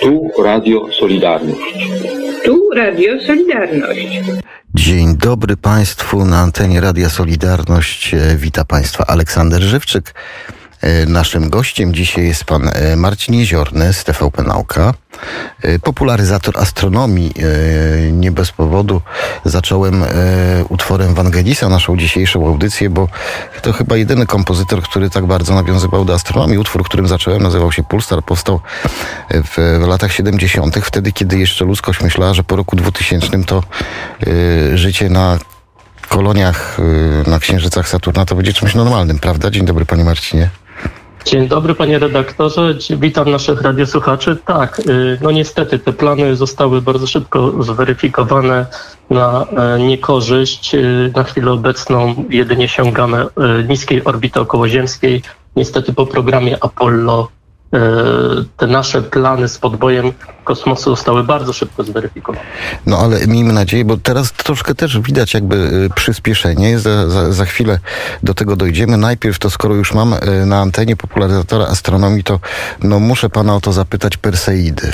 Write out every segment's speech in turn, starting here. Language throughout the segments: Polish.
Tu Radio Solidarność. Tu Radio Solidarność. Dzień dobry Państwu, na antenie Radia Solidarność wita Państwa Aleksander Żywczyk. Naszym gościem dzisiaj jest pan Marcin Jeziorny z TVP Nauka, popularyzator astronomii. Nie bez powodu zacząłem utworem Wangelisa naszą dzisiejszą audycję, bo to chyba jedyny kompozytor, który tak bardzo nawiązywał do astronomii. Utwór, którym zacząłem, nazywał się Pulsar, powstał w latach 70., wtedy, kiedy jeszcze ludzkość myślała, że po roku 2000 to życie na koloniach, na księżycach Saturna to będzie czymś normalnym, prawda? Dzień dobry, panie Marcinie. Dzień dobry, panie redaktorze. Witam naszych radiosłuchaczy. Tak, no niestety te plany zostały bardzo szybko zweryfikowane na niekorzyść. Na chwilę obecną jedynie sięgamy niskiej orbity okołoziemskiej. Niestety po programie Apollo te nasze plany z podbojem kosmosu zostały bardzo szybko zweryfikowane. No ale miejmy nadzieję, bo teraz troszkę też widać jakby przyspieszenie. Za chwilę do tego dojdziemy. Najpierw to, skoro już mam na antenie popularyzatora astronomii, to no muszę pana o to zapytać. Perseidy.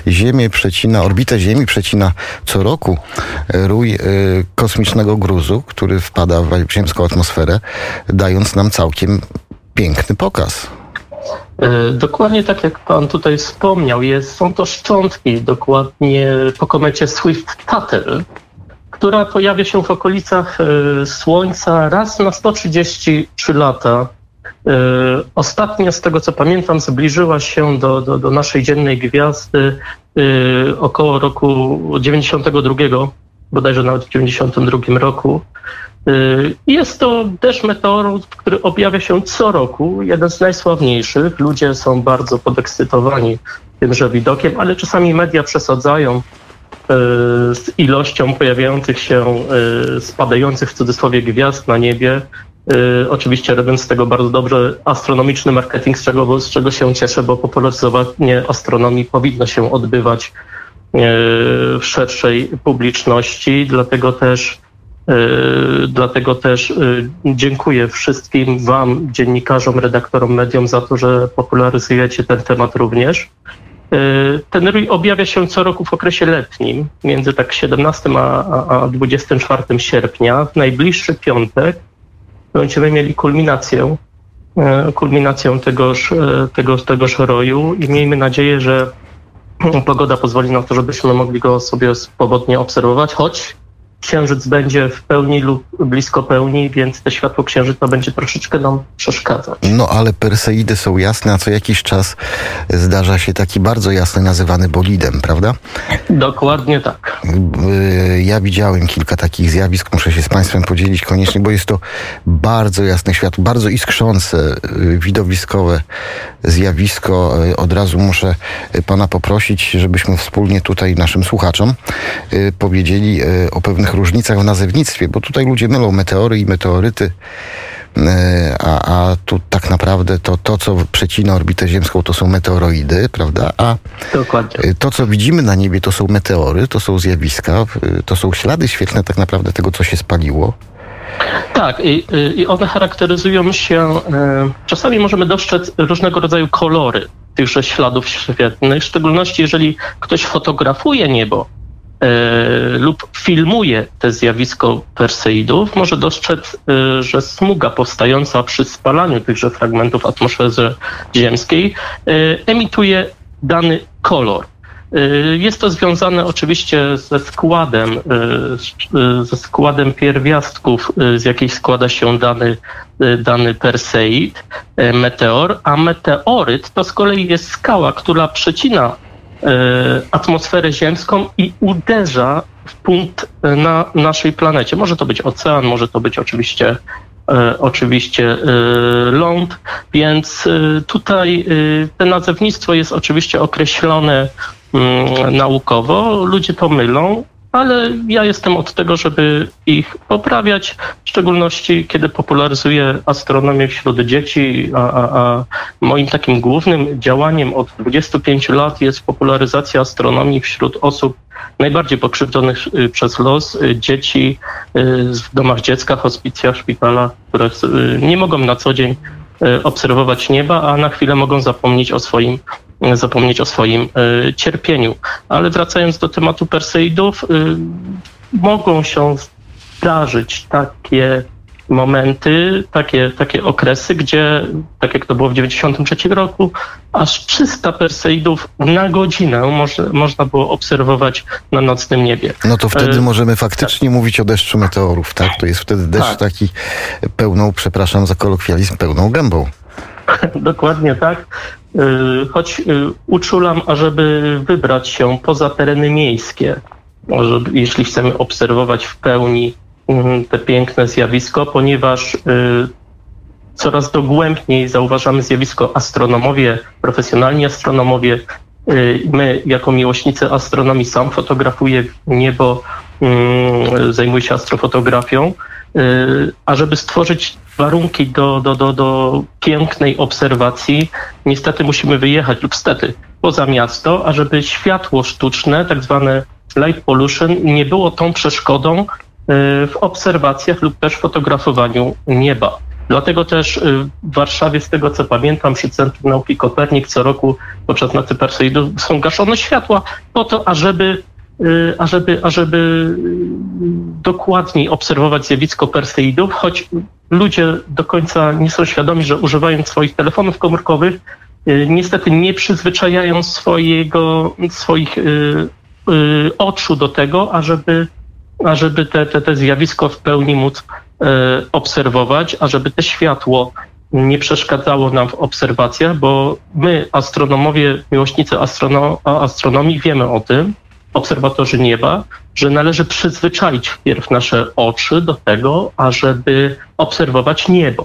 Orbitę Ziemi przecina co roku rój kosmicznego gruzu, który wpada w ziemską atmosferę, dając nam całkiem piękny pokaz. Dokładnie tak jak pan tutaj wspomniał, są to szczątki dokładnie po komecie Swift-Tuttle, która pojawia się w okolicach Słońca raz na 133 lata. Ostatnio, z tego co pamiętam, zbliżyła się do naszej dziennej gwiazdy około roku 92, bodajże nawet w 92 roku. Jest to deszcz meteorów, który objawia się co roku, jeden z najsławniejszych. Ludzie są bardzo podekscytowani tymże widokiem, ale czasami media przesadzają z ilością pojawiających się, spadających w cudzysłowie gwiazd na niebie. Oczywiście robiąc z tego bardzo dobrze astronomiczny marketing, z czego się cieszę, bo popularyzowanie astronomii powinno się odbywać w szerszej publiczności, dlatego też dziękuję wszystkim wam, dziennikarzom, redaktorom, mediom za to, że popularyzujecie ten temat również. Ten rój objawia się co roku w okresie letnim, między tak 17 a 24 sierpnia. W najbliższy piątek będziemy mieli kulminację tegoż roju i miejmy nadzieję, że pogoda pozwoli na to, żebyśmy mogli go sobie swobodnie obserwować, choć księżyc będzie w pełni lub blisko pełni, więc to światło księżyca będzie troszeczkę nam przeszkadzać. No ale Perseidy są jasne, a co jakiś czas zdarza się taki bardzo jasny, nazywany bolidem, prawda? Dokładnie tak. Ja widziałem kilka takich zjawisk, muszę się z państwem podzielić koniecznie, bo jest to bardzo jasne światło, bardzo iskrzące, widowiskowe zjawisko. Od razu muszę pana poprosić, żebyśmy wspólnie tutaj naszym słuchaczom powiedzieli o pewnych różnicach w nazewnictwie, bo tutaj ludzie mylą meteory i meteoryty, a tu tak naprawdę to, co przecina orbitę ziemską, to są meteoroidy, prawda? A dokładnie. To, co widzimy na niebie, to są meteory, to są zjawiska, to są ślady świetlne tak naprawdę tego, co się spaliło. Tak, i one charakteryzują się, czasami możemy dostrzec różnego rodzaju kolory tychże śladów świetlnych, w szczególności jeżeli ktoś fotografuje niebo lub filmuje te zjawisko Perseidów, może dostrzec, że smuga powstająca przy spalaniu tychże fragmentów w atmosferze ziemskiej emituje dany kolor. Jest to związane oczywiście ze składem pierwiastków, z jakich składa się dany Perseid, meteor, a meteoryt to z kolei jest skała, która przecina atmosferę ziemską i uderza w punkt na naszej planecie. Może to być ocean, może to być oczywiście ląd, więc tutaj to nazewnictwo jest oczywiście określone naukowo. Ludzie to mylą, ale ja jestem od tego, żeby ich poprawiać, w szczególności kiedy popularyzuję astronomię wśród dzieci, a moim takim głównym działaniem od 25 lat jest popularyzacja astronomii wśród osób najbardziej pokrzywdzonych przez los, dzieci w domach dziecka, hospicjach, szpitalach, które nie mogą na co dzień obserwować nieba, a na chwilę mogą zapomnieć o swoim zapomnieć o swoim cierpieniu. Ale wracając do tematu Perseidów, mogą się zdarzyć takie momenty, takie okresy, gdzie, tak jak to było w 1993 roku, aż 300 Perseidów na godzinę można było obserwować na nocnym niebie. No to wtedy możemy faktycznie mówić o deszczu meteorów, tak? To jest wtedy deszcz taki pełną, przepraszam za kolokwializm, pełną gębą. Dokładnie tak. Choć uczulam, ażeby wybrać się poza tereny miejskie, jeśli chcemy obserwować w pełni te piękne zjawisko, ponieważ coraz dogłębniej zauważamy zjawisko astronomowie, profesjonalni astronomowie. My, jako miłośnicy astronomii, sam fotografuję niebo, zajmuję się astrofotografią, ażeby stworzyć warunki do pięknej obserwacji, niestety musimy wyjechać, lub stety, poza miasto, ażeby światło sztuczne, tak zwane light pollution, nie było tą przeszkodą w obserwacjach lub też fotografowaniu nieba. Dlatego też w Warszawie, z tego co pamiętam, przy Centrum Nauki Kopernik co roku podczas Nocy Perseidów są gaszone światła po to, ażeby dokładniej obserwować zjawisko Perseidów, choć ludzie do końca nie są świadomi, że używając swoich telefonów komórkowych niestety nie przyzwyczajają swoich oczu do tego, ażeby te zjawisko w pełni móc obserwować, ażeby te światło nie przeszkadzało nam w obserwacjach, bo my, astronomowie, miłośnicy astronomii, wiemy o tym, obserwatorzy nieba, że należy przyzwyczaić wpierw nasze oczy do tego, ażeby obserwować niebo.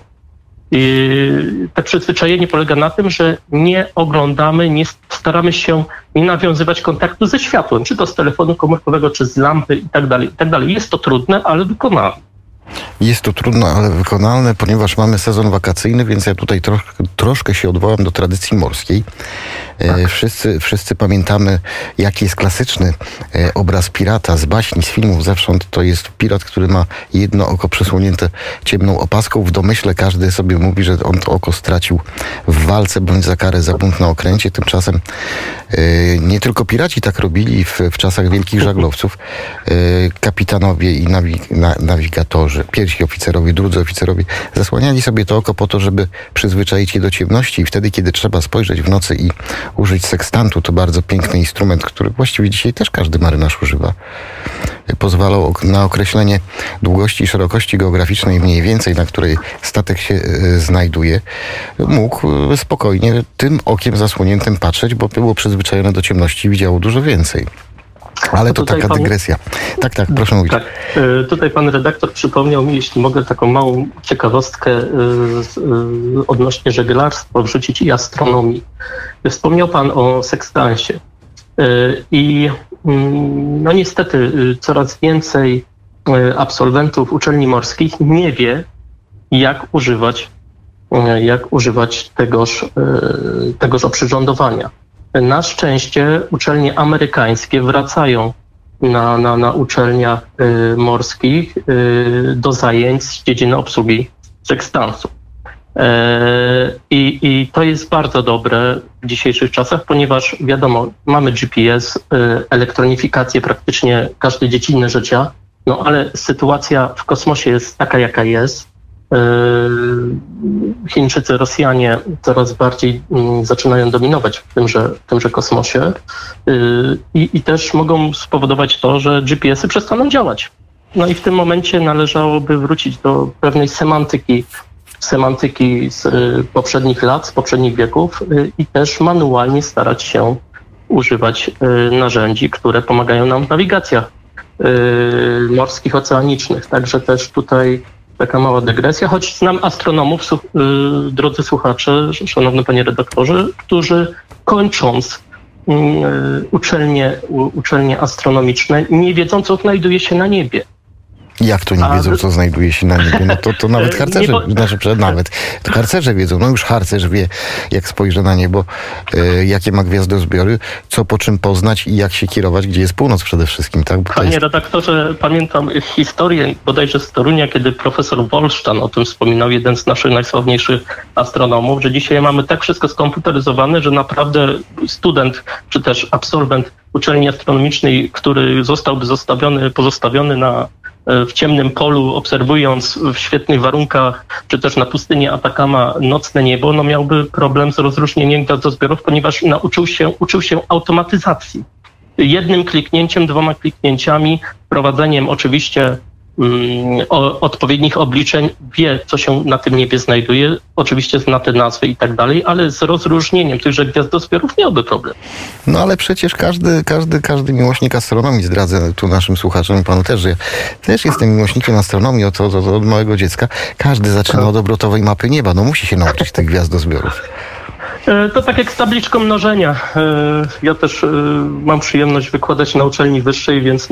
To przyzwyczajenie polega na tym, że nie oglądamy, nie staramy się nie nawiązywać kontaktu ze światłem, czy to z telefonu komórkowego, czy z lampy i tak dalej. Jest to trudne, ale wykonalne. Jest to trudno, ale wykonalne, ponieważ mamy sezon wakacyjny, więc ja tutaj troszkę się odwołam do tradycji morskiej. Tak. Wszyscy pamiętamy, jaki jest klasyczny obraz pirata z baśni, z filmów. Zewsząd to jest pirat, który ma jedno oko przysłonięte ciemną opaską. W domyśle każdy sobie mówi, że on to oko stracił w walce bądź za karę za bunt na okręcie. Tymczasem nie tylko piraci tak robili w czasach wielkich żaglowców. Kapitanowie i nawigatorzy, pierwsi oficerowie, drudzy oficerowie zasłaniali sobie to oko po to, żeby przyzwyczaić je do ciemności i wtedy, kiedy trzeba spojrzeć w nocy i użyć sekstantu, to bardzo piękny instrument, który właściwie dzisiaj też każdy marynarz używa. Pozwalał na określenie długości i szerokości geograficznej mniej więcej, na której statek się znajduje. Mógł spokojnie tym okiem zasłoniętym patrzeć, bo było przyzwyczajone do ciemności i widziało dużo więcej. Ale to taka dygresja. Tak, proszę mówić. Tak. Tutaj pan redaktor przypomniał mi, jeśli mogę taką małą ciekawostkę odnośnie żeglarstwa wrzucić i astronomii. Wspomniał pan o sekstansie. I no niestety coraz więcej absolwentów uczelni morskich nie wie, jak używać tegoż oprzyrządowania. Na szczęście uczelnie amerykańskie wracają na uczelniach morskich do zajęć z dziedziny obsługi sekstansu. I to jest bardzo dobre w dzisiejszych czasach, ponieważ wiadomo, mamy GPS, elektronifikację praktycznie każdej dziedziny życia, no ale sytuacja w kosmosie jest taka, jaka jest. Chińczycy, Rosjanie coraz bardziej zaczynają dominować w tymże kosmosie i też mogą spowodować to, że GPS-y przestaną działać. No i w tym momencie należałoby wrócić do pewnej semantyki z poprzednich lat, z poprzednich wieków i też manualnie starać się używać narzędzi, które pomagają nam w nawigacjach morskich, oceanicznych. Także też tutaj taka mała dygresja, choć znam astronomów, drodzy słuchacze, szanowny panie redaktorze, którzy kończąc uczelnie astronomiczne nie wiedzą, co znajduje się na niebie. Jak to nie wiedzą, co znajduje się na niebie? No to nawet harcerze, to harcerze wiedzą. No już harcerz wie, jak spojrzy na niebo, jakie ma gwiazdozbiory, co po czym poznać i jak się kierować, gdzie jest północ przede wszystkim. Tak? Panie redaktorze, pamiętam historię bodajże z Torunia, kiedy profesor Wolszczan o tym wspominał, jeden z naszych najsławniejszych astronomów, że dzisiaj mamy tak wszystko skomputeryzowane, że naprawdę student czy też absolwent uczelni astronomicznej, który zostałby pozostawiony w ciemnym polu, obserwując w świetnych warunkach, czy też na pustyni Atakama nocne niebo, no miałby problem z rozróżnieniem gwiazdozbiorów, ponieważ uczył się automatyzacji. Jednym kliknięciem, 2 kliknięciami, wprowadzeniem oczywiście odpowiednich obliczeń, wie, co się na tym niebie znajduje, oczywiście zna te nazwy i tak dalej, ale z rozróżnieniem tychże gwiazdozbiorów miałby problem. No ale przecież każdy miłośnik astronomii, zdradzę tu naszym słuchaczom i panu też, że ja też jestem miłośnikiem astronomii od małego dziecka. Każdy zaczyna od obrotowej mapy nieba, no musi się nauczyć tych gwiazdozbiorów. To tak jak z tabliczką mnożenia. Ja też mam przyjemność wykładać na uczelni wyższej, więc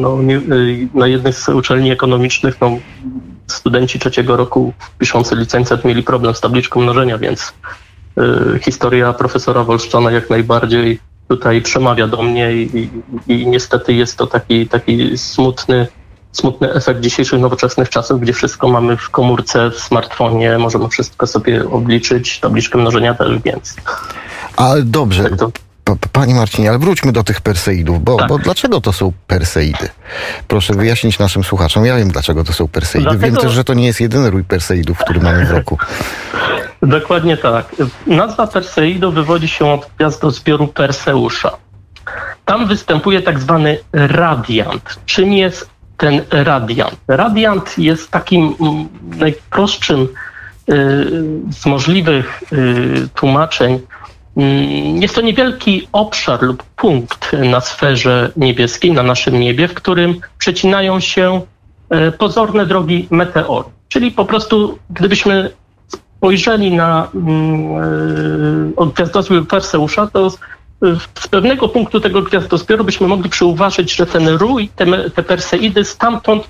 na jednej z uczelni ekonomicznych studenci 3. roku piszący licencjat mieli problem z tabliczką mnożenia, więc historia profesora Wolszczana jak najbardziej tutaj przemawia do mnie i niestety jest to taki smutny efekt dzisiejszych nowoczesnych czasów, gdzie wszystko mamy w komórce, w smartfonie, możemy wszystko sobie obliczyć, tabliczkę mnożenia też, więc... Ale dobrze, Panie Marcinie, ale wróćmy do tych Perseidów, bo dlaczego to są Perseidy? Proszę wyjaśnić naszym słuchaczom. Ja wiem, dlaczego to są Perseidy. Wiem też, że to nie jest jedyny rój Perseidów, który mamy w roku. Dokładnie tak. Nazwa Perseidów wywodzi się od gwiazdozbioru Perseusza. Tam występuje tak zwany radiant. Czym jest ten radiant? Radiant jest takim najprostszym z możliwych tłumaczeń. Jest to niewielki obszar lub punkt na sferze niebieskiej, na naszym niebie, w którym przecinają się pozorne drogi meteorów. Czyli po prostu, gdybyśmy spojrzeli na gwiazdozbiór Perseusza, to z pewnego punktu tego gwiazdozbioru byśmy mogli przyuważyć, że ten rój, te Perseidy stamtąd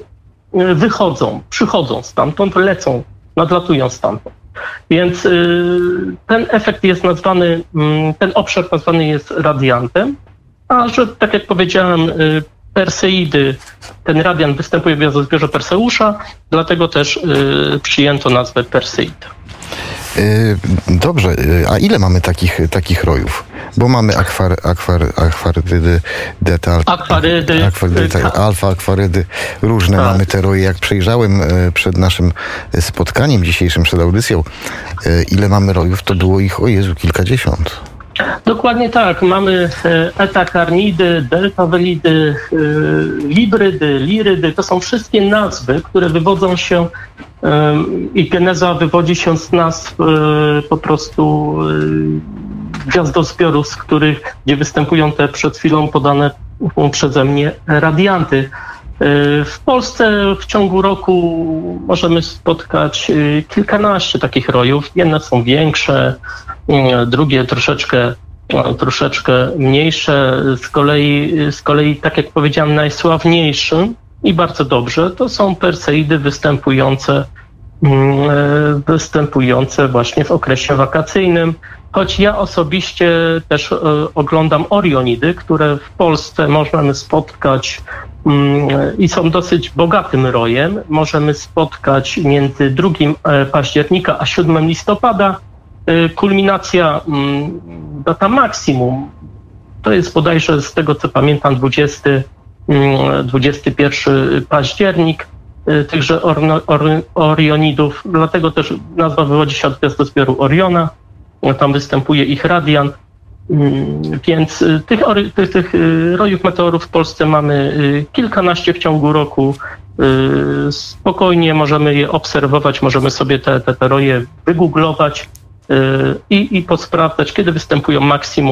przychodzą stamtąd, lecą, nadlatują stamtąd. Więc ten efekt jest nazwany, ten obszar nazwany jest radiantem, a że, tak jak powiedziałem, Perseidy, ten radiant występuje w gwiazdozbiorze Perseusza, dlatego też przyjęto nazwę Perseid. Dobrze, a ile mamy takich rojów? Bo mamy akwarydy, alfa akwarydy, różne tak. Mamy te roje. Jak przejrzałem przed naszym spotkaniem dzisiejszym, przed audycją, ile mamy rojów, to było ich, o Jezu, kilkadziesiąt. Dokładnie tak. Mamy etakarnidy, deltawelidy, librydy, lirydy. To są wszystkie nazwy, które wywodzą się i geneza wywodzi się z nazw po prostu gwiazdozbiorów, gdzie występują te przed chwilą podane przeze mnie radianty. W Polsce w ciągu roku możemy spotkać kilkanaście takich rojów. Jedne są większe, drugie troszeczkę mniejsze. Z kolei, tak jak powiedziałem, najsławniejszym i bardzo dobrze to są Perseidy występujące właśnie w okresie wakacyjnym. Choć ja osobiście też oglądam Orionidy, które w Polsce możemy spotkać i są dosyć bogatym rojem. Możemy spotkać między 2 października a 7 listopada. Kulminacja, data maksimum, to jest bodajże z tego co pamiętam 21 październik tychże Orionidów. Dlatego też nazwa wywodzi się od gwiazdozbioru Oriona. Tam występuje ich radiant. Więc tych rojów meteorów w Polsce mamy kilkanaście w ciągu roku. Spokojnie możemy je obserwować, możemy sobie te roje wygooglować i posprawdzać, kiedy występują maksimum.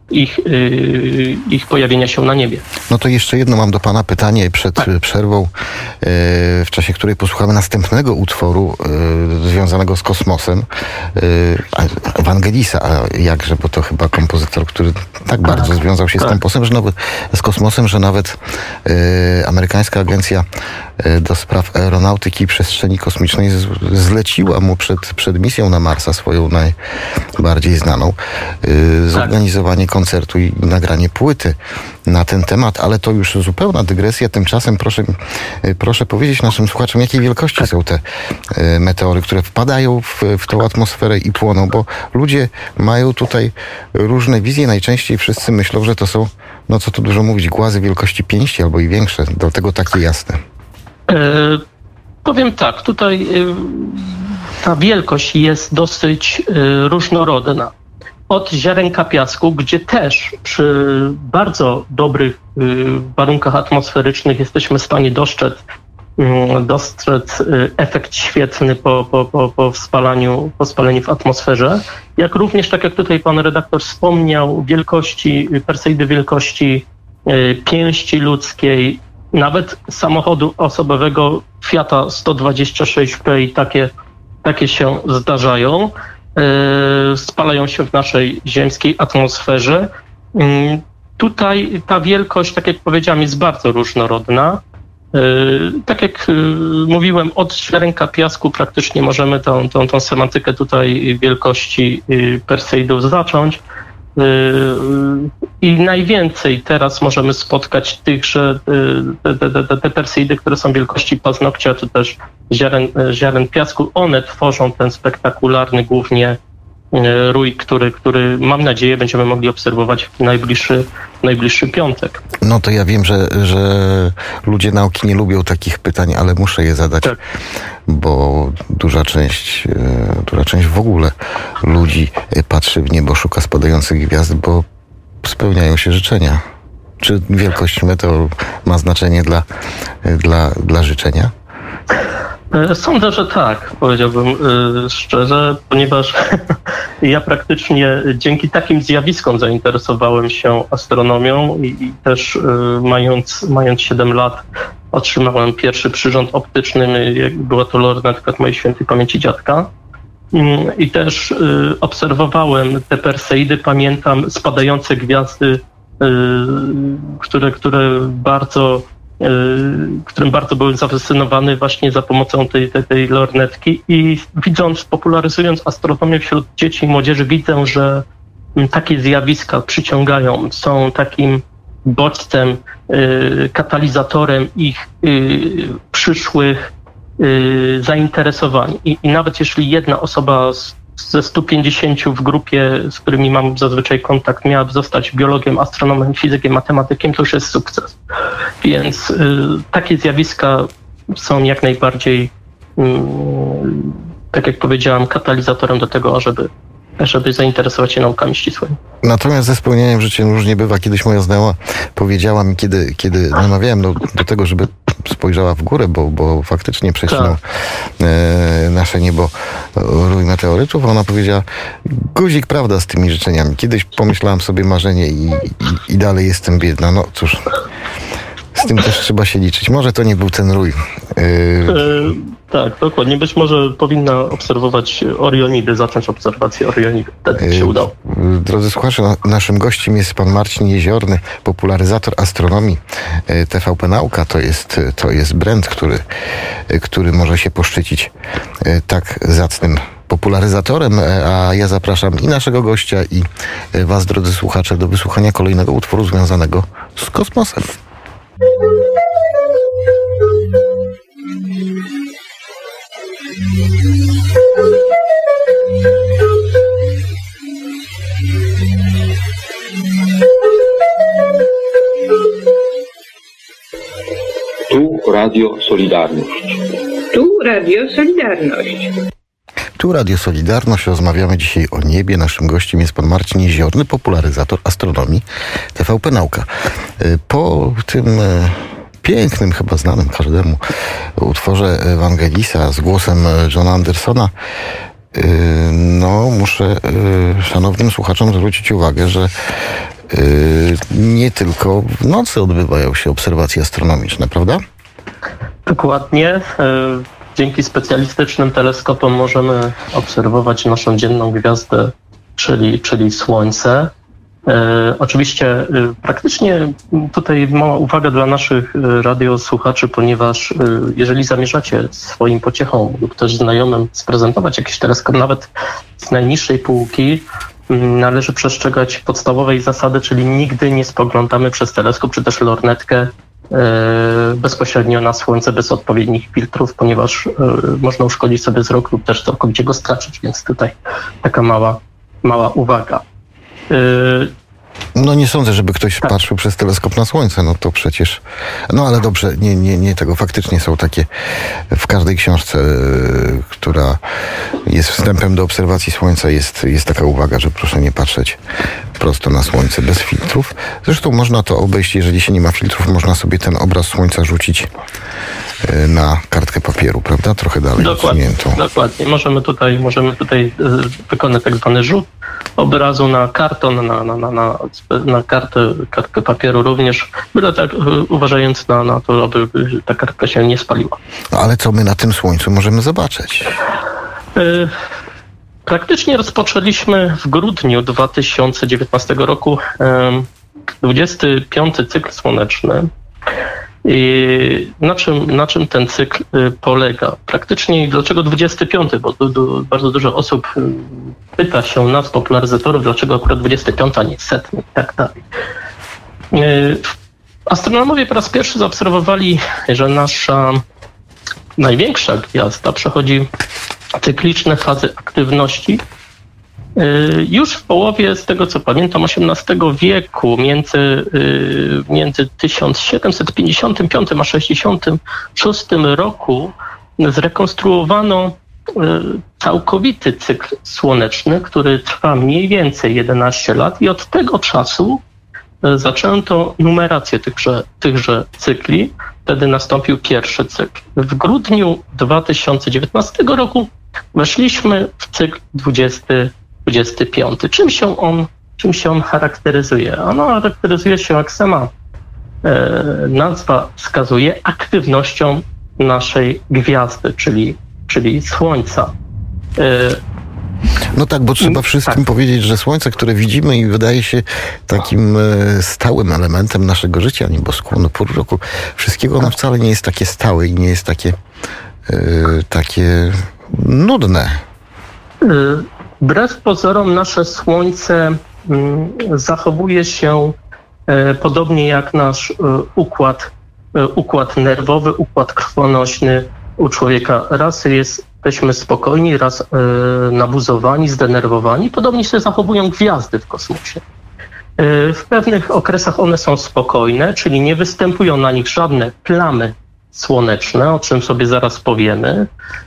ich pojawienia się na niebie. No to jeszcze jedno mam do pana pytanie przed przerwą, w czasie której posłuchamy następnego utworu związanego z kosmosem. Vangelisa, a jakże, bo to chyba kompozytor, który tak bardzo związał się z kosmosem, że nawet amerykańska agencja do spraw aeronautyki i przestrzeni kosmicznej zleciła mu przed misją na Marsa, swoją najbardziej znaną, zorganizowanie koncertu i nagranie płyty na ten temat, ale to już zupełna dygresja. Tymczasem proszę powiedzieć naszym słuchaczom, jakiej wielkości są te meteory, które wpadają w tą atmosferę i płoną, bo ludzie mają tutaj różne wizje. Najczęściej wszyscy myślą, że to są, no co tu dużo mówić, głazy wielkości pięści albo i większe, do tego takie jasne. Powiem tak, tutaj ta wielkość jest dosyć różnorodna. Od ziarenka piasku, gdzie też przy bardzo dobrych warunkach atmosferycznych jesteśmy w stanie dostrzec efekt świetlny po spaleniu w atmosferze, jak również, tak jak tutaj pan redaktor wspomniał, Perseidy wielkości pięści ludzkiej, nawet samochodu osobowego Fiata 126P i takie się zdarzają. Spalają się w naszej ziemskiej atmosferze. Tutaj ta wielkość, tak jak powiedziałem, jest bardzo różnorodna. Tak jak mówiłem, od ziarenka piasku praktycznie możemy tą semantykę tutaj wielkości Perseidów zacząć. I najwięcej teraz możemy spotkać tych, że te Perseidy, które są wielkości paznokcia, czy też ziaren piasku, one tworzą ten spektakularny głównie rój, który mam nadzieję będziemy mogli obserwować w najbliższy piątek. No to ja wiem, że ludzie nauki nie lubią takich pytań, ale muszę je zadać, tak. Bo duża część w ogóle ludzi patrzy w niebo, szuka spadających gwiazd, bo spełniają się życzenia. Czy wielkość meteoru ma znaczenie dla życzenia? Sądzę, że tak, powiedziałbym szczerze, ponieważ ja praktycznie dzięki takim zjawiskom zainteresowałem się astronomią i też mając 7 lat otrzymałem pierwszy przyrząd optyczny, była to lornetka mojej świętej pamięci dziadka. I też obserwowałem te Perseidy, pamiętam spadające gwiazdy, którym bardzo byłem zafascynowany właśnie za pomocą tej lornetki i popularyzując astronomię wśród dzieci i młodzieży, widzę, że takie zjawiska przyciągają, są takim bodźcem, katalizatorem ich przyszłych zainteresowań. I nawet jeśli jedna osoba ze 150 w grupie, z którymi mam zazwyczaj kontakt, miałaby zostać biologiem, astronomem, fizykiem, matematykiem, to już jest sukces. Więc takie zjawiska są jak najbardziej, tak jak powiedziałam, katalizatorem do tego, żeby zainteresować się naukami ścisłymi. Natomiast ze spełnianiem życzeń różnie bywa. Kiedyś moja znajoma powiedziała mi, kiedy namawiałem do tego, żeby spojrzała w górę, bo faktycznie prześlinął nasze niebo rój meteorytów. Ona powiedziała, guzik, prawda z tymi życzeniami. Kiedyś pomyślałam sobie marzenie i dalej jestem biedna. No cóż, z tym też trzeba się liczyć. Może to nie był ten rój. Tak, dokładnie. Być może powinna obserwować Orionidy, zacząć obserwację Orionidów. Wtedy się udało. Drodzy słuchacze, naszym gościem jest pan Marcin Jeziorny, popularyzator astronomii TVP Nauka. To jest brand, który może się poszczycić tak zacnym popularyzatorem, a ja zapraszam i naszego gościa, i was, drodzy słuchacze, do wysłuchania kolejnego utworu związanego z kosmosem. Tu Radio Solidarność. Tu Radio Solidarność. Tu Radio Solidarność. Rozmawiamy dzisiaj o niebie. Naszym gościem jest pan Marcin Jeziorny, popularyzator astronomii TVP Nauka. Po tym pięknym, chyba znanym każdemu utworze Vangelisa z głosem Johna Andersona, muszę szanownym słuchaczom zwrócić uwagę, że nie tylko w nocy odbywają się obserwacje astronomiczne, prawda? Dokładnie. Dzięki specjalistycznym teleskopom możemy obserwować naszą dzienną gwiazdę, czyli Słońce. Oczywiście praktycznie tutaj mała uwaga dla naszych radiosłuchaczy, ponieważ jeżeli zamierzacie swoim pociechom lub też znajomym sprezentować jakiś teleskop, nawet z najniższej półki, należy przestrzegać podstawowej zasady, czyli nigdy nie spoglądamy przez teleskop czy też lornetkę bezpośrednio na Słońce bez odpowiednich filtrów, ponieważ można uszkodzić sobie wzrok lub też całkowicie go stracić, więc tutaj taka mała uwaga. No nie sądzę, żeby ktoś patrzył przez teleskop na Słońce, no to przecież... No ale dobrze, nie tego. Faktycznie są takie w każdej książce, która jest wstępem do obserwacji Słońca, jest taka uwaga, że proszę nie patrzeć prosto na Słońce bez filtrów. Zresztą można to obejść, jeżeli się nie ma filtrów, można sobie ten obraz Słońca rzucić na kartkę papieru, prawda? Trochę dalej odsuniętą. Dokładnie. Możemy tutaj wykonać tak zwany rzut obrazu na karton, na kartkę papieru również, byle tak uważając na to, aby ta kartka się nie spaliła. No ale co my na tym Słońcu możemy zobaczyć? Praktycznie rozpoczęliśmy w grudniu 2019 roku 25. cykl słoneczny. I na czym ten cykl polega? Praktycznie dlaczego 25? Bo bardzo dużo osób pyta się nas, popularyzatorów, dlaczego akurat 25, a nie 100 i tak dalej. Astronomowie po raz pierwszy zaobserwowali, że nasza największa gwiazda przechodzi cykliczne fazy aktywności już w połowie, z tego co pamiętam, XVIII wieku, między 1755 a 66 roku zrekonstruowano całkowity cykl słoneczny, który trwa mniej więcej 11 lat i od tego czasu zaczęto numerację tychże cykli. Wtedy nastąpił pierwszy cykl. W grudniu 2019 roku weszliśmy w cykl 25. Czym się on charakteryzuje? Ono charakteryzuje się, jak sama nazwa wskazuje, aktywnością naszej gwiazdy, czyli Słońca. No tak, bo trzeba wszystkim powiedzieć, że Słońce, które widzimy i wydaje się takim stałym elementem naszego życia niebosku, no pół roku wszystkiego, ono wcale nie jest takie stałe i nie jest takie nudne. Wbrew pozorom nasze Słońce zachowuje się podobnie jak nasz układ nerwowy, układ krwonośny u człowieka. Raz jesteśmy spokojni, raz nabuzowani, zdenerwowani. Podobnie się zachowują gwiazdy w kosmosie. W pewnych okresach one są spokojne, czyli nie występują na nich żadne plamy słoneczne, o czym sobie zaraz powiemy.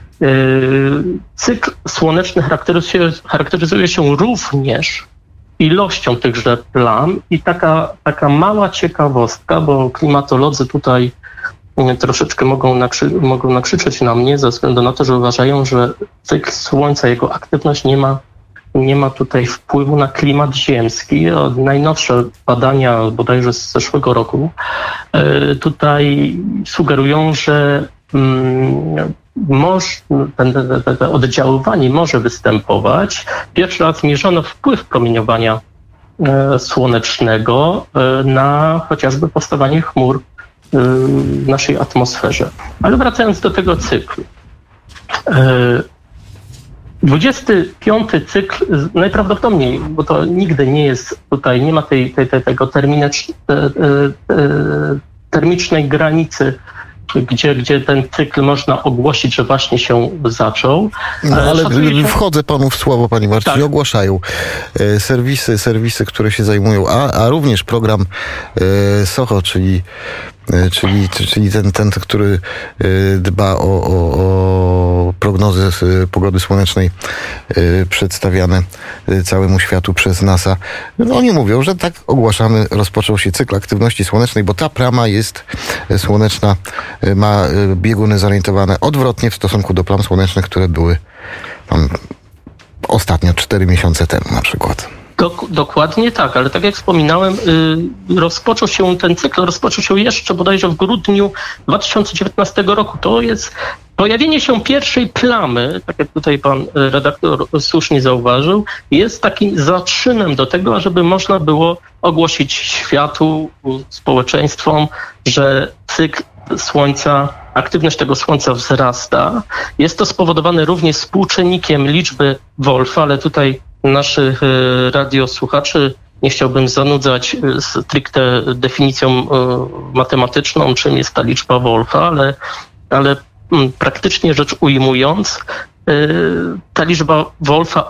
Cykl słoneczny charakteryzuje się również ilością tychże plam i taka mała ciekawostka, bo klimatolodzy tutaj troszeczkę mogą nakrzyczeć na mnie ze względu na to, że uważają, że cykl Słońca, jego aktywność nie ma tutaj wpływu na klimat ziemski. Najnowsze badania bodajże z zeszłego roku tutaj sugerują, że to oddziaływanie może występować. Pierwszy raz mierzono wpływ promieniowania słonecznego na chociażby powstawanie chmur w naszej atmosferze. Ale wracając do tego cyklu. 25 cykl najprawdopodobniej, bo to nigdy nie jest tutaj, nie ma tego termicznej granicy, gdzie ten cykl można ogłosić, że właśnie się zaczął. No ale wchodzę panu w słowo, panie Marcinie, tak. Ogłaszają serwisy, które się zajmują, a również program SOHO, czyli ten, który dba o prognozy pogody słonecznej przedstawiane całemu światu przez NASA. No, oni mówią, że tak ogłaszamy, rozpoczął się cykl aktywności słonecznej, bo ta plama jest słoneczna, ma bieguny zorientowane odwrotnie w stosunku do plam słonecznych, które były tam ostatnio 4 miesiące temu na przykład. Dokładnie tak, ale tak jak wspominałem, ten cykl rozpoczął się jeszcze bodajże w grudniu 2019 roku. To jest pojawienie się pierwszej plamy, tak jak tutaj pan redaktor słusznie zauważył, jest takim zaczynem do tego, żeby można było ogłosić światu, społeczeństwom, że cykl Słońca, aktywność tego Słońca wzrasta. Jest to spowodowane również współczynnikiem liczby Wolfa, ale tutaj naszych radiosłuchaczy nie chciałbym zanudzać stricte definicją matematyczną, czym jest ta liczba Wolfa, ale praktycznie rzecz ujmując, ta liczba Wolfa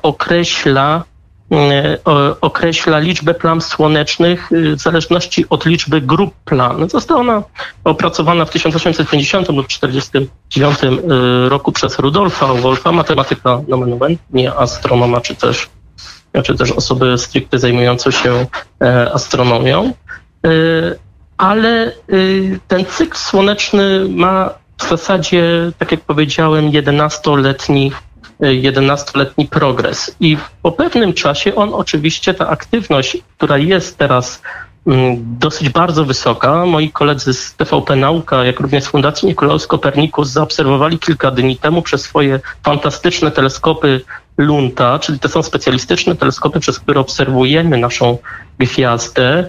określa liczbę plam słonecznych w zależności od liczby grup plam. Została ona opracowana w 1850 lub 1949 roku przez Rudolfa Wolfa, matematyka nomen omen, nie astronoma, czy też osoby stricte zajmujące się astronomią. Ale ten cykl słoneczny ma w zasadzie, tak jak powiedziałem, 11-letni progres. I po pewnym czasie on oczywiście, ta aktywność, która jest teraz dosyć bardzo wysoka, moi koledzy z TVP Nauka, jak również z Fundacji Nicolaus Copernicus zaobserwowali kilka dni temu przez swoje fantastyczne teleskopy Lunta, czyli to są specjalistyczne teleskopy, przez które obserwujemy naszą gwiazdę,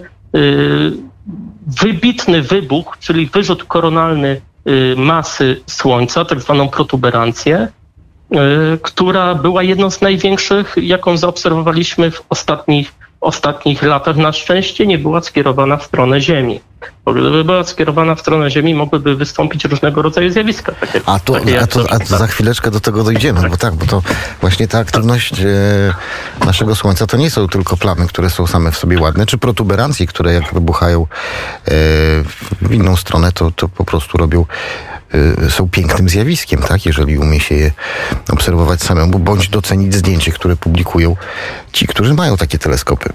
wybitny wybuch, czyli wyrzut koronalny masy Słońca, tak zwaną protuberancję, która była jedną z największych, jaką zaobserwowaliśmy w ostatnich latach. Na szczęście nie była skierowana w stronę Ziemi. Bo gdyby była skierowana w stronę Ziemi, mogłyby wystąpić różnego rodzaju zjawiska. A za chwileczkę do tego dojdziemy, bo to właśnie ta aktywność naszego Słońca to nie są tylko plamy, które są same w sobie ładne, czy protuberancje, które jak wybuchają w inną stronę, to po prostu są pięknym zjawiskiem, tak? Jeżeli umie się je obserwować samemu, bądź docenić zdjęcie, które publikują ci, którzy mają takie teleskopy.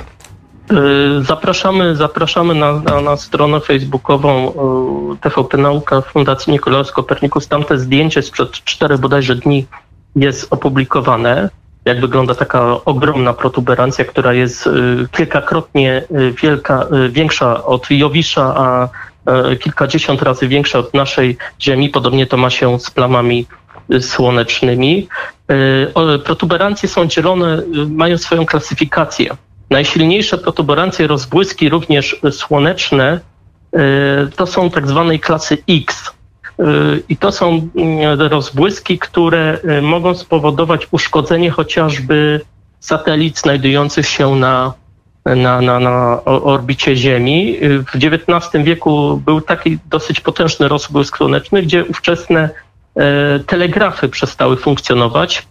Zapraszamy na stronę facebookową TVP Nauka Fundacji Nicolaus Copernicus. Tam te zdjęcie sprzed 4 bodajże dni jest opublikowane. Jak wygląda taka ogromna protuberancja, która jest kilkakrotnie większa od Jowisza, a kilkadziesiąt razy większa od naszej Ziemi. Podobnie to ma się z plamami słonecznymi. Protuberancje są dzielone, mają swoją klasyfikację. Najsilniejsze protuberancje, rozbłyski również słoneczne, to są tak zwanej klasy X. I to są rozbłyski, które mogą spowodować uszkodzenie chociażby satelit znajdujących się na orbicie Ziemi. W XIX wieku był taki dosyć potężny rozbłysk słoneczny, gdzie ówczesne telegrafy przestały funkcjonować,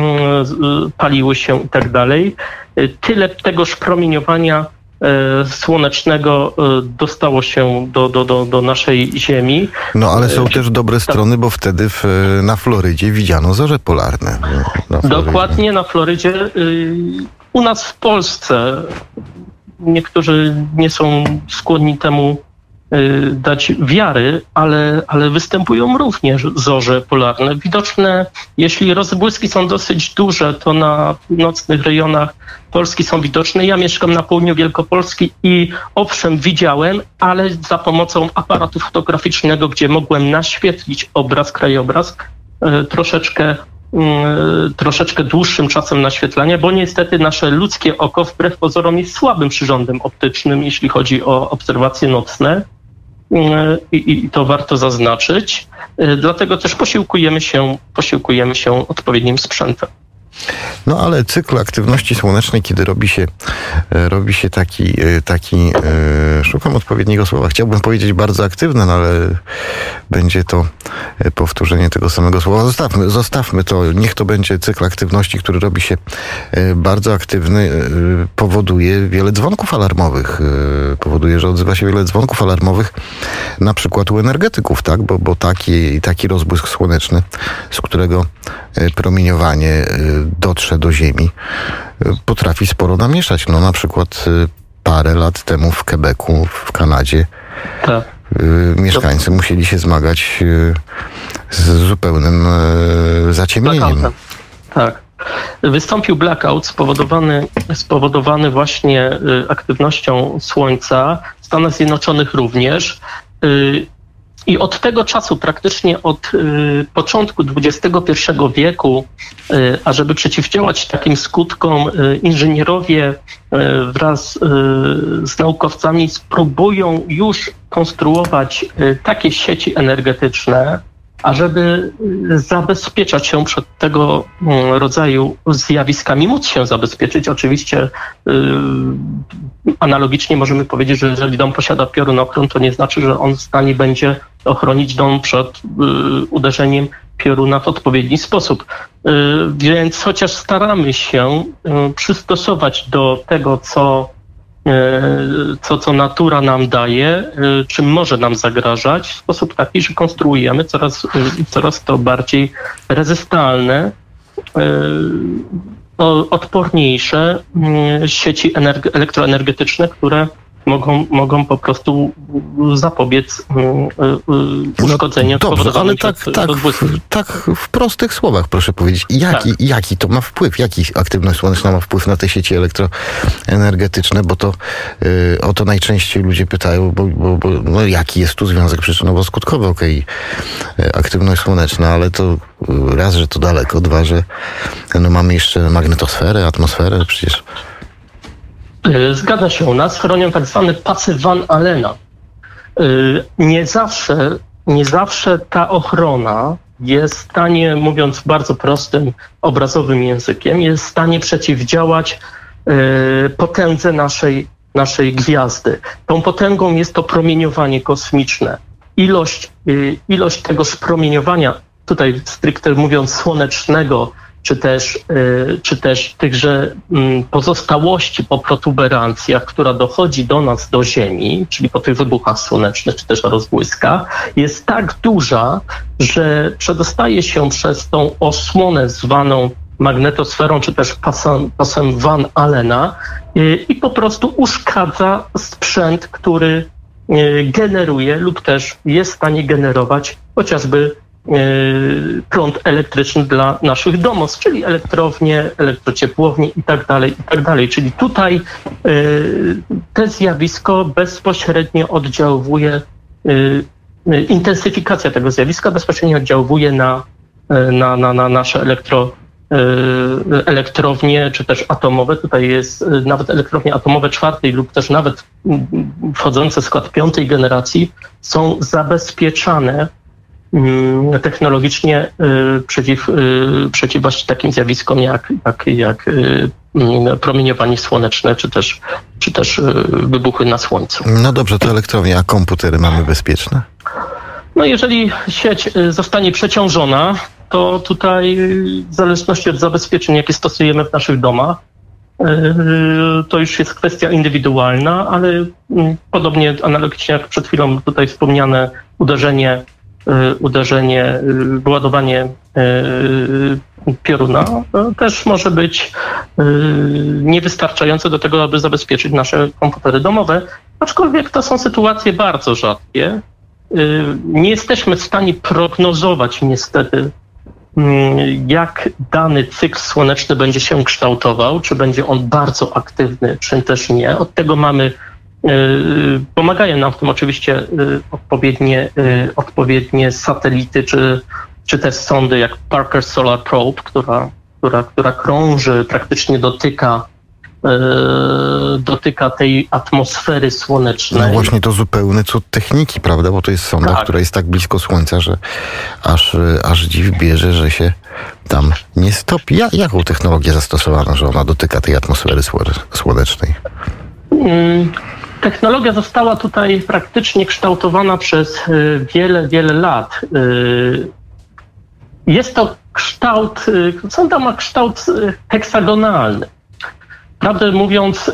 paliły się i tak dalej. Tyle tegoż promieniowania słonecznego dostało się do naszej Ziemi. No ale są też dobre strony, bo wtedy na Florydzie widziano zorze polarne. Dokładnie, na Florydzie. U nas w Polsce niektórzy nie są skłonni temu dać wiary, ale występują również zorze polarne. Widoczne, jeśli rozbłyski są dosyć duże, to na nocnych rejonach Polski są widoczne. Ja mieszkam na południu Wielkopolski i owszem, widziałem, ale za pomocą aparatu fotograficznego, gdzie mogłem naświetlić krajobraz, troszeczkę dłuższym czasem naświetlania, bo niestety nasze ludzkie oko wbrew pozorom jest słabym przyrządem optycznym, jeśli chodzi o obserwacje nocne. I to warto zaznaczyć. Dlatego też posiłkujemy się odpowiednim sprzętem. No ale cykl aktywności słonecznej, kiedy robi się taki szukam odpowiedniego słowa. Chciałbym powiedzieć bardzo aktywny, no ale będzie to powtórzenie tego samego słowa. Zostawmy to. Niech to będzie cykl aktywności, który robi się bardzo aktywny. Powoduje wiele dzwonków alarmowych. Powoduje, że odzywa się wiele dzwonków alarmowych, na przykład u energetyków, tak? Bo taki rozbłysk słoneczny, z którego promieniowanie dotrze do Ziemi, potrafi sporo namieszać. No na przykład parę lat temu w Quebecu, w Kanadzie, tak, mieszkańcy musieli się zmagać z zupełnym zaciemnieniem. Tak. Wystąpił blackout spowodowany właśnie aktywnością Słońca, w Stanach Zjednoczonych również. I od tego czasu, praktycznie od początku XXI wieku, ażeby przeciwdziałać takim skutkom, inżynierowie wraz z naukowcami spróbują już konstruować takie sieci energetyczne, ażeby zabezpieczać się przed tego rodzaju zjawiskami, móc się zabezpieczyć. Oczywiście analogicznie możemy powiedzieć, że jeżeli dom posiada piorunochron, to nie znaczy, że on w stanie będzie ochronić dom przed uderzeniem pioruna w odpowiedni sposób. Więc chociaż staramy się przystosować do tego, co natura nam daje, czym może nam zagrażać, w sposób taki, że konstruujemy coraz to bardziej rezystalne, odporniejsze sieci elektroenergetyczne, które mogą po prostu zapobiec uszkodzeniu. No dobrze, ale tak w prostych słowach proszę powiedzieć. Jaki to ma wpływ? Jaki aktywność słoneczna ma wpływ na te sieci elektroenergetyczne? Bo to o to najczęściej ludzie pytają, bo no, jaki jest tu związek przyczynowo-skutkowy? Okej, aktywność słoneczna, ale to raz, że to daleko, dwa, że no, mamy jeszcze magnetosferę, atmosferę przecież. Zgadza się, u nas chronią tak zwany pasy Van Allena. Nie zawsze ta ochrona jest w stanie, mówiąc bardzo prostym, obrazowym językiem, jest w stanie przeciwdziałać potędze naszej gwiazdy. Tą potęgą jest to promieniowanie kosmiczne. Ilość tego promieniowania, tutaj stricte mówiąc słonecznego, czy też tychże pozostałości po protuberancjach, która dochodzi do nas, do Ziemi, czyli po tych wybuchach słonecznych, czy też rozbłyskach, jest tak duża, że przedostaje się przez tą osłonę zwaną magnetosferą, czy też pasem Van Allena i po prostu uszkadza sprzęt, który generuje lub też jest w stanie generować chociażby prąd elektryczny dla naszych domostw, czyli elektrownie, elektrociepłownie i tak dalej. Czyli tutaj to zjawisko bezpośrednio oddziałuje, intensyfikacja tego zjawiska bezpośrednio oddziałuje na nasze elektrownie, czy też atomowe. Tutaj jest nawet elektrownie atomowe czwartej lub też nawet wchodzące w skład piątej generacji są zabezpieczane technologicznie przeciw właśnie takim zjawiskom jak promieniowanie słoneczne, czy też wybuchy na Słońcu. No dobrze, to elektrownie, a komputery mamy bezpieczne? No jeżeli sieć zostanie przeciążona, to tutaj w zależności od zabezpieczeń, jakie stosujemy w naszych domach, to już jest kwestia indywidualna, ale podobnie analogicznie jak przed chwilą tutaj wspomniane wyładowanie pioruna też może być niewystarczające do tego, aby zabezpieczyć nasze komputery domowe, aczkolwiek to są sytuacje bardzo rzadkie. Nie jesteśmy w stanie prognozować niestety, jak dany cykl słoneczny będzie się kształtował, czy będzie on bardzo aktywny, czy też nie. Od tego pomagają nam w tym oczywiście odpowiednie satelity, czy też sondy jak Parker Solar Probe, która krąży, praktycznie dotyka tej atmosfery słonecznej. No właśnie, to zupełny cud techniki, prawda? Bo to jest sonda, która jest tak blisko Słońca, że aż dziw bierze, że się tam nie stopi. Jaką technologię zastosowano, że ona dotyka tej atmosfery słonecznej? Technologia została tutaj praktycznie kształtowana przez wiele lat. Jest to kształt, sonda ma kształt heksagonalny. Prawdę mówiąc,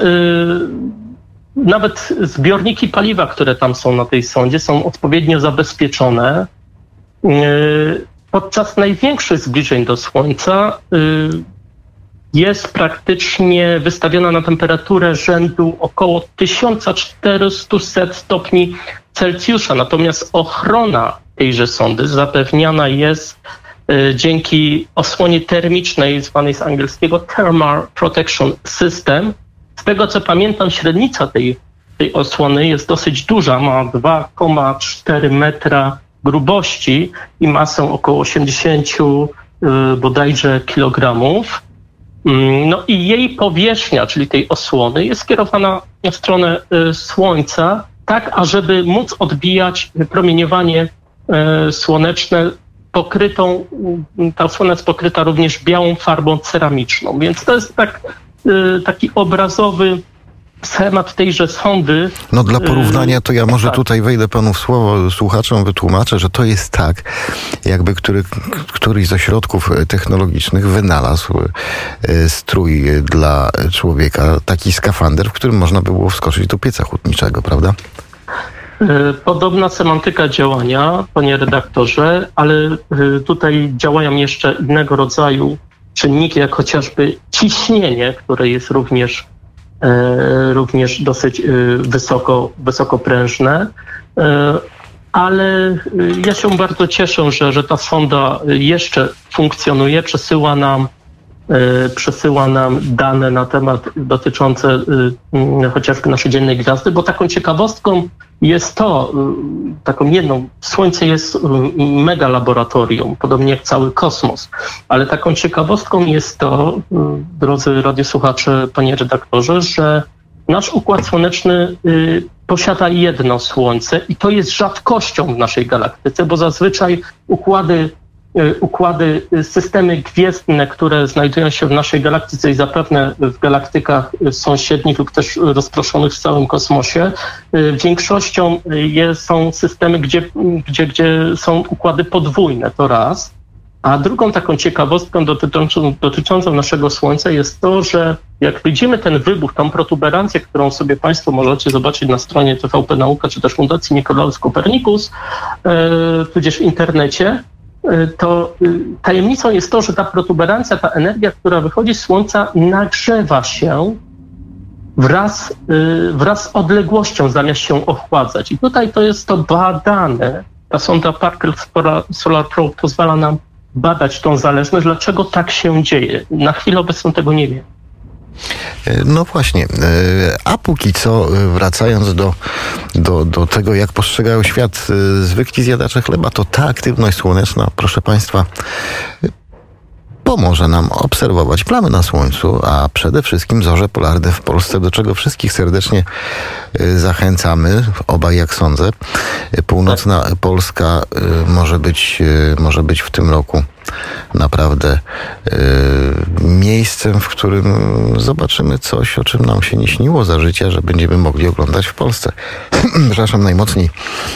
nawet zbiorniki paliwa, które tam są na tej sondzie, są odpowiednio zabezpieczone. Podczas największych zbliżeń do Słońca jest praktycznie wystawiona na temperaturę rzędu około 1400 stopni Celsjusza. Natomiast ochrona tejże sondy zapewniana jest dzięki osłonie termicznej, zwanej z angielskiego Thermal Protection System. Z tego co pamiętam, średnica tej osłony jest dosyć duża, ma 2,4 metra grubości i masę około 80 bodajże kilogramów. No i jej powierzchnia, czyli tej osłony, jest skierowana w stronę Słońca, tak ażeby móc odbijać promieniowanie słoneczne ta osłona jest pokryta również białą farbą ceramiczną. Więc to jest taki obrazowy schemat tejże sondy. No dla porównania to ja może tutaj wejdę panu w słowo, słuchaczom wytłumaczę, że to jest tak, jakby któryś z ośrodków technologicznych wynalazł strój dla człowieka, taki skafander, w którym można by było wskoczyć do pieca hutniczego, prawda? Podobna semantyka działania, panie redaktorze, ale tutaj działają jeszcze innego rodzaju czynniki, jak chociażby ciśnienie, które jest również dosyć wysokoprężne, ale ja się bardzo cieszę, że ta sonda jeszcze funkcjonuje, przesyła nam dane na temat dotyczące chociażby naszej dziennej gwiazdy, bo taką ciekawostką jest taką jedną, Słońce jest mega laboratorium, podobnie jak cały kosmos, ale taką ciekawostką jest to, drodzy radiosłuchacze, panie redaktorze, że nasz Układ Słoneczny posiada jedno Słońce i to jest rzadkością w naszej galaktyce, bo zazwyczaj systemy gwiezdne, które znajdują się w naszej galaktyce i zapewne w galaktykach sąsiednich lub też rozproszonych w całym kosmosie, większością są systemy, gdzie są układy podwójne, to raz. A drugą taką ciekawostką dotyczącą naszego Słońca jest to, że jak widzimy ten wybuch, tą protuberancję, którą sobie państwo możecie zobaczyć na stronie TVP Nauka, czy też Fundacji Nicolaus Copernicus, tudzież w internecie, to tajemnicą jest to, że ta protuberancja, ta energia, która wychodzi z Słońca, nagrzewa się wraz z odległością, zamiast się ochładzać. I tutaj to jest to badane. Ta sonda Parker Solar Probe pozwala nam badać tą zależność. Dlaczego tak się dzieje? Na chwilę obecną tego nie wiem. No właśnie, a póki co, wracając do tego, jak postrzegają świat zwykli zjadacze chleba, to ta aktywność słoneczna, proszę państwa, pomoże nam obserwować plamy na Słońcu, a przede wszystkim zorze polarne w Polsce, do czego wszystkich serdecznie zachęcamy, obaj jak sądzę. Północna Polska może być w tym roku naprawdę miejscem, w którym zobaczymy coś, o czym nam się nie śniło za życia, że będziemy mogli oglądać w Polsce. Przepraszam najmocniej.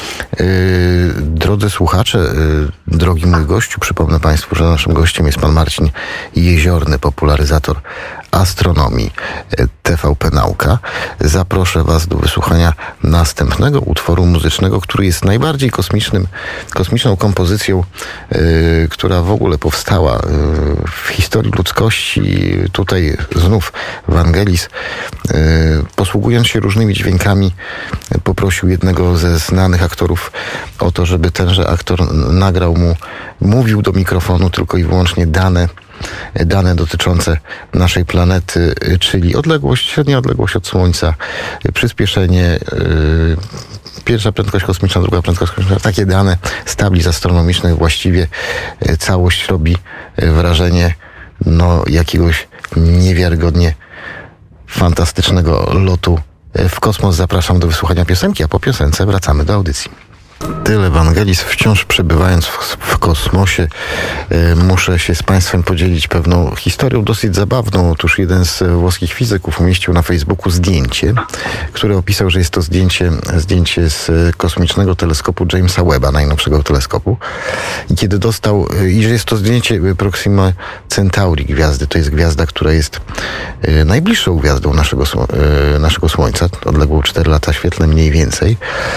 Drodzy słuchacze, drogi mój gościu, przypomnę państwu, że naszym gościem jest pan Marcin Jeziorny, popularyzator astronomii TVP Nauka. Zaproszę was do wysłuchania następnego utworu muzycznego, który jest najbardziej kosmiczną kompozycją, która w ogóle powstała w historii ludzkości. Tutaj znów Vangelis, posługując się różnymi dźwiękami, poprosił jednego ze znanych aktorów o to, żeby tenże aktor mówił do mikrofonu tylko i wyłącznie dane dotyczące naszej planety, czyli średnia odległość od Słońca, przyspieszenie, pierwsza prędkość kosmiczna, druga prędkość kosmiczna, takie dane z tablic astronomicznych. Właściwie całość robi wrażenie jakiegoś niewiarygodnie fantastycznego lotu w kosmos. Zapraszam do wysłuchania piosenki, a po piosence wracamy do audycji. Tyle Vangelis, wciąż przebywając w kosmosie, muszę się z państwem podzielić pewną historią dosyć zabawną. Otóż jeden z włoskich fizyków umieścił na Facebooku zdjęcie, które opisał, że jest to zdjęcie z kosmicznego teleskopu Jamesa Webba, najnowszego teleskopu. I kiedy że jest to zdjęcie Proxima Centauri gwiazdy, to jest gwiazda, która jest najbliższą gwiazdą naszego Słońca, odległą 4 lata świetlne mniej więcej.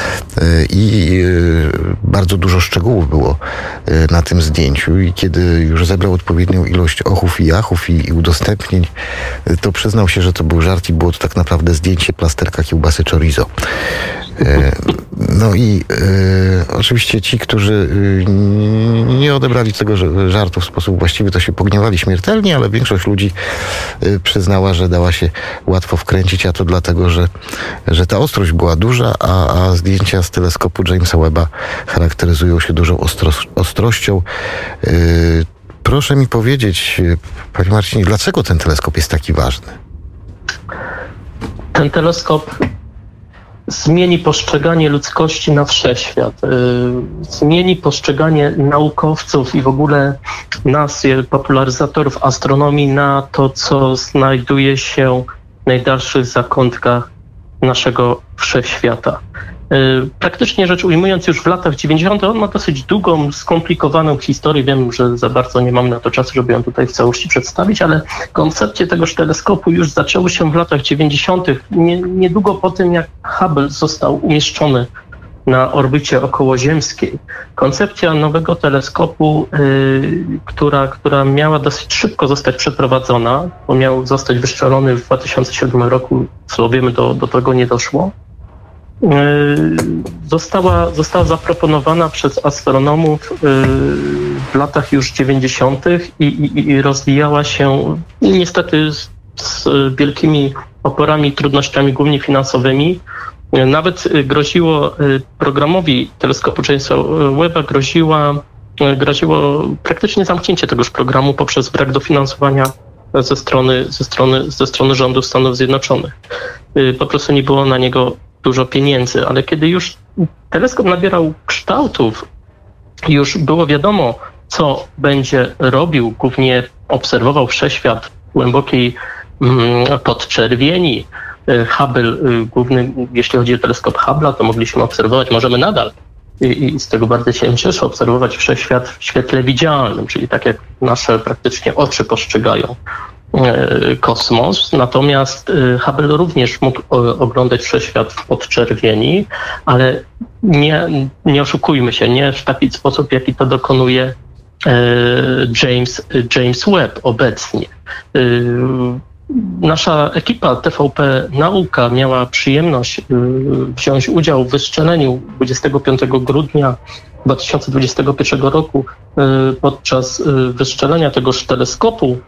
I bardzo dużo szczegółów było na tym zdjęciu i kiedy już zebrał odpowiednią ilość ochów i jachów i udostępnień, to przyznał się, że to był żart i było to tak naprawdę zdjęcie plasterka kiełbasy chorizo. No i oczywiście ci, którzy nie odebrali tego żartu w sposób właściwy, to się pogniewali śmiertelnie, ale większość ludzi przyznała, że dała się łatwo wkręcić, a to dlatego, że ta ostrość była duża, a zdjęcia z teleskopu Jamesa Webba charakteryzują się dużą ostrością. Proszę mi powiedzieć, panie Marcinie, dlaczego ten teleskop jest taki ważny? Ten teleskop zmieni postrzeganie ludzkości na wszechświat, zmieni postrzeganie naukowców i w ogóle nas, popularyzatorów astronomii, na to, co znajduje się w najdalszych zakątkach naszego wszechświata. Praktycznie rzecz ujmując, już w latach 90. on ma dosyć długą, skomplikowaną historię. Wiem, że za bardzo nie mam na to czasu, żeby ją tutaj w całości przedstawić, ale koncepcje tegoż teleskopu już zaczęły się w latach 90. Niedługo po tym, jak Hubble został umieszczony na orbicie okołoziemskiej. Koncepcja nowego teleskopu, która miała dosyć szybko zostać przeprowadzona, bo miał zostać wyszczelony w 2007 roku, co wiemy, do tego nie doszło. Została zaproponowana przez astronomów w latach już 90. i rozwijała się niestety z wielkimi oporami i trudnościami, głównie finansowymi. Nawet groziło programowi teleskopu Jamesa Webba groziło praktycznie zamknięcie tegoż programu poprzez brak dofinansowania ze strony rządu Stanów Zjednoczonych. Po prostu nie było na niego dużo pieniędzy, ale kiedy już teleskop nabierał kształtów, już było wiadomo, co będzie robił, głównie obserwował wszechświat w głębokiej podczerwieni. Hubble, główny, jeśli chodzi o teleskop Hubble'a, to mogliśmy obserwować, możemy nadal i z tego bardzo się cieszę, obserwować wszechświat w świetle widzialnym, czyli tak jak nasze praktycznie oczy postrzegają kosmos. Natomiast Hubble również mógł oglądać wszechświat w podczerwieni, ale nie oszukujmy się, nie w taki sposób, jaki to dokonuje James Webb obecnie. Nasza ekipa TVP Nauka miała przyjemność wziąć udział w wystrzeleniu 25 grudnia 2021 roku podczas wystrzelenia tegoż teleskopu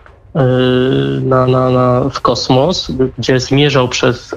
w kosmos, gdzie zmierzał przez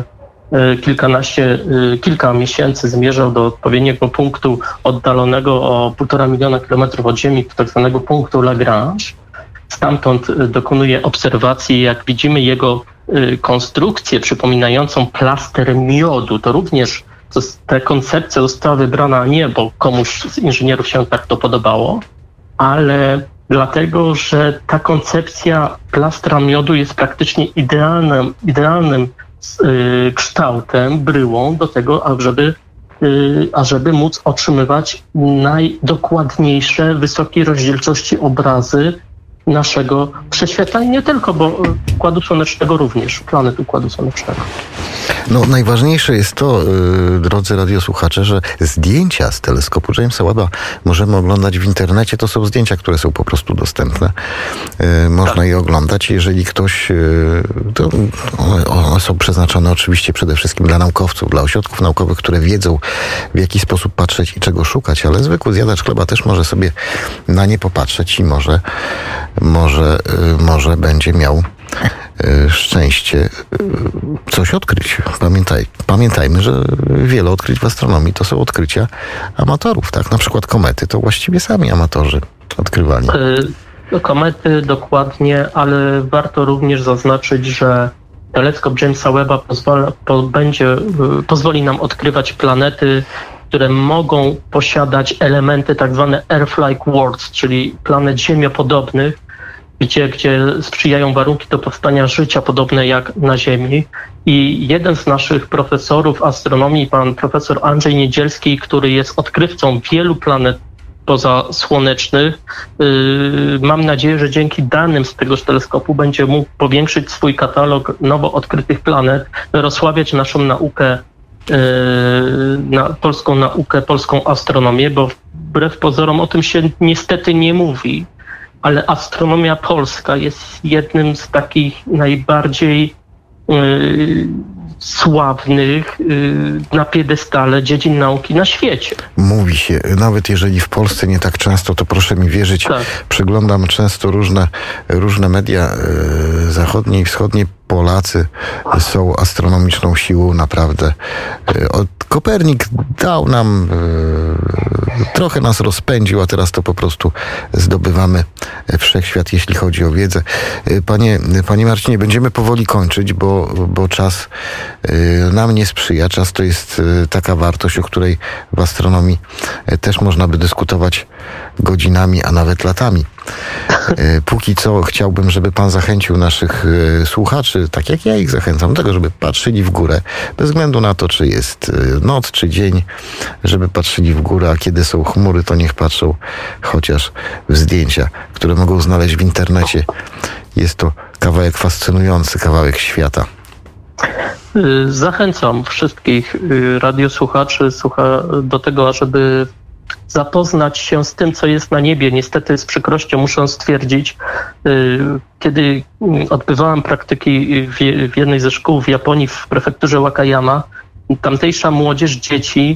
kilka miesięcy zmierzał do odpowiedniego punktu oddalonego o 1,5 miliona kilometrów od Ziemi, tak zwanego punktu Lagrange. Stamtąd dokonuje obserwacji, jak widzimy jego konstrukcję przypominającą plaster miodu. To również ta koncepcja została wybrana nie, bo komuś z inżynierów się tak to podobało, ale dlatego, że ta koncepcja plastra miodu jest praktycznie idealnym kształtem, bryłą do tego, ażeby móc otrzymywać najdokładniejsze, wysokiej rozdzielczości obrazy naszego wszechświata i nie tylko, bo Układu Słonecznego również, planet Układu Słonecznego. No, najważniejsze jest to, drodzy radiosłuchacze, że zdjęcia z teleskopu Jamesa Webba możemy oglądać w internecie. To są zdjęcia, które są po prostu dostępne. Można je oglądać. Jeżeli ktoś... To one są przeznaczone oczywiście przede wszystkim dla naukowców, dla ośrodków naukowych, które wiedzą, w jaki sposób patrzeć i czego szukać, ale zwykły zjadacz chleba też może sobie na nie popatrzeć i może będzie miał szczęście coś odkryć. Pamiętajmy, że wiele odkryć w astronomii to są odkrycia amatorów, tak? Na przykład komety to właściwie sami amatorzy odkrywali. Komety dokładnie, ale warto również zaznaczyć, że teleskop Jamesa Webba pozwoli nam odkrywać planety, które mogą posiadać elementy tak zwane Earth-like worlds, czyli planet ziemiopodobnych, gdzie sprzyjają warunki do powstania życia podobne jak na Ziemi. I jeden z naszych profesorów astronomii, pan profesor Andrzej Niedzielski, który jest odkrywcą wielu planet pozasłonecznych, mam nadzieję, że dzięki danym z tegoż teleskopu będzie mógł powiększyć swój katalog nowo odkrytych planet, rozsławiać naszą naukę, polską naukę, polską astronomię, bo wbrew pozorom o tym się niestety nie mówi. Ale astronomia polska jest jednym z takich najbardziej sławnych na piedestale dziedzin nauki na świecie. Mówi się, nawet jeżeli w Polsce nie tak często, to proszę mi wierzyć, Tak. przeglądam często różne media zachodnie i wschodnie. Polacy są astronomiczną siłą, naprawdę. Kopernik dał nam, trochę nas rozpędził, a teraz to po prostu zdobywamy wszechświat, jeśli chodzi o wiedzę. Panie Marcinie, będziemy powoli kończyć, bo czas nam nie sprzyja. Czas to jest taka wartość, o której w astronomii też można by dyskutować godzinami, a nawet latami. Póki co chciałbym, żeby pan zachęcił naszych słuchaczy, tak jak ja ich zachęcam, do tego, żeby patrzyli w górę, bez względu na to, czy jest noc, czy dzień, żeby patrzyli w górę, a kiedy są chmury, to niech patrzą chociaż w zdjęcia, które mogą znaleźć w internecie. Jest to kawałek fascynujący, kawałek świata. Zachęcam wszystkich radiosłuchaczy do tego, ażeby zapoznać się z tym, co jest na niebie. Niestety z przykrością muszę stwierdzić, kiedy odbywałem praktyki w jednej ze szkół w Japonii w prefekturze Wakayama, tamtejsza młodzież, dzieci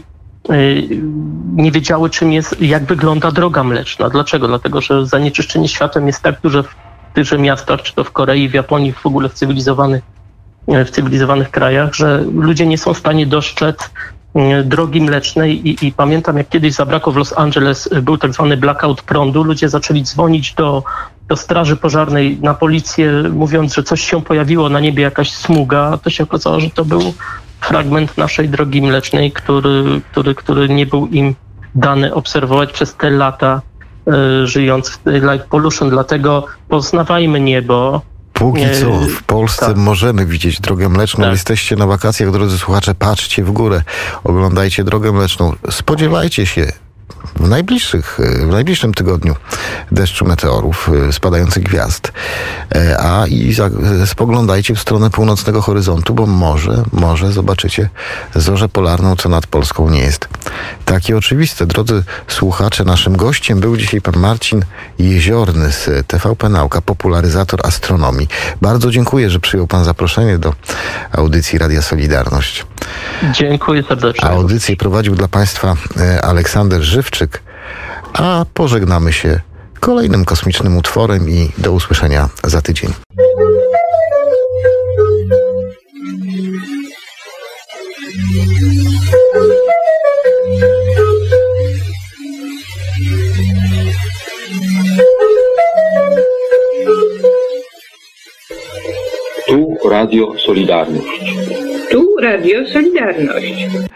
nie wiedziały, jak wygląda droga mleczna. Dlaczego? Dlatego, że zanieczyszczenie światłem jest tak duże w tychże miastach, czy to w Korei, w Japonii, w ogóle w cywilizowanych krajach, że ludzie nie są w stanie dostrzec drogi mlecznej i pamiętam, jak kiedyś zabrakło w Los Angeles, był tak zwany blackout prądu, ludzie zaczęli dzwonić do straży pożarnej, na policję, mówiąc, że coś się pojawiło na niebie, jakaś smuga, a to się okazało, że to był fragment naszej drogi mlecznej, który nie był im dany obserwować przez te lata, żyjąc w light pollution. Dlatego poznawajmy niebo. Póki co w Polsce możemy widzieć drogę mleczną. Tak. Jesteście na wakacjach, drodzy słuchacze, patrzcie w górę, oglądajcie drogę mleczną. Spodziewajcie się w najbliższym tygodniu deszczu meteorów, spadających gwiazd. Spoglądajcie w stronę północnego horyzontu, bo może zobaczycie zorzę polarną, co nad Polską nie jest takie oczywiste. Drodzy słuchacze, naszym gościem był dzisiaj pan Marcin Jeziorny z TVP Nauka, popularyzator astronomii. Bardzo dziękuję, że przyjął pan zaproszenie do audycji Radia Solidarność. Dziękuję serdecznie. Audycję prowadził dla państwa Aleksander Żywczyk, a pożegnamy się kolejnym kosmicznym utworem i do usłyszenia za tydzień. Tu Radio Solidarność. Tu Radio Solidarność.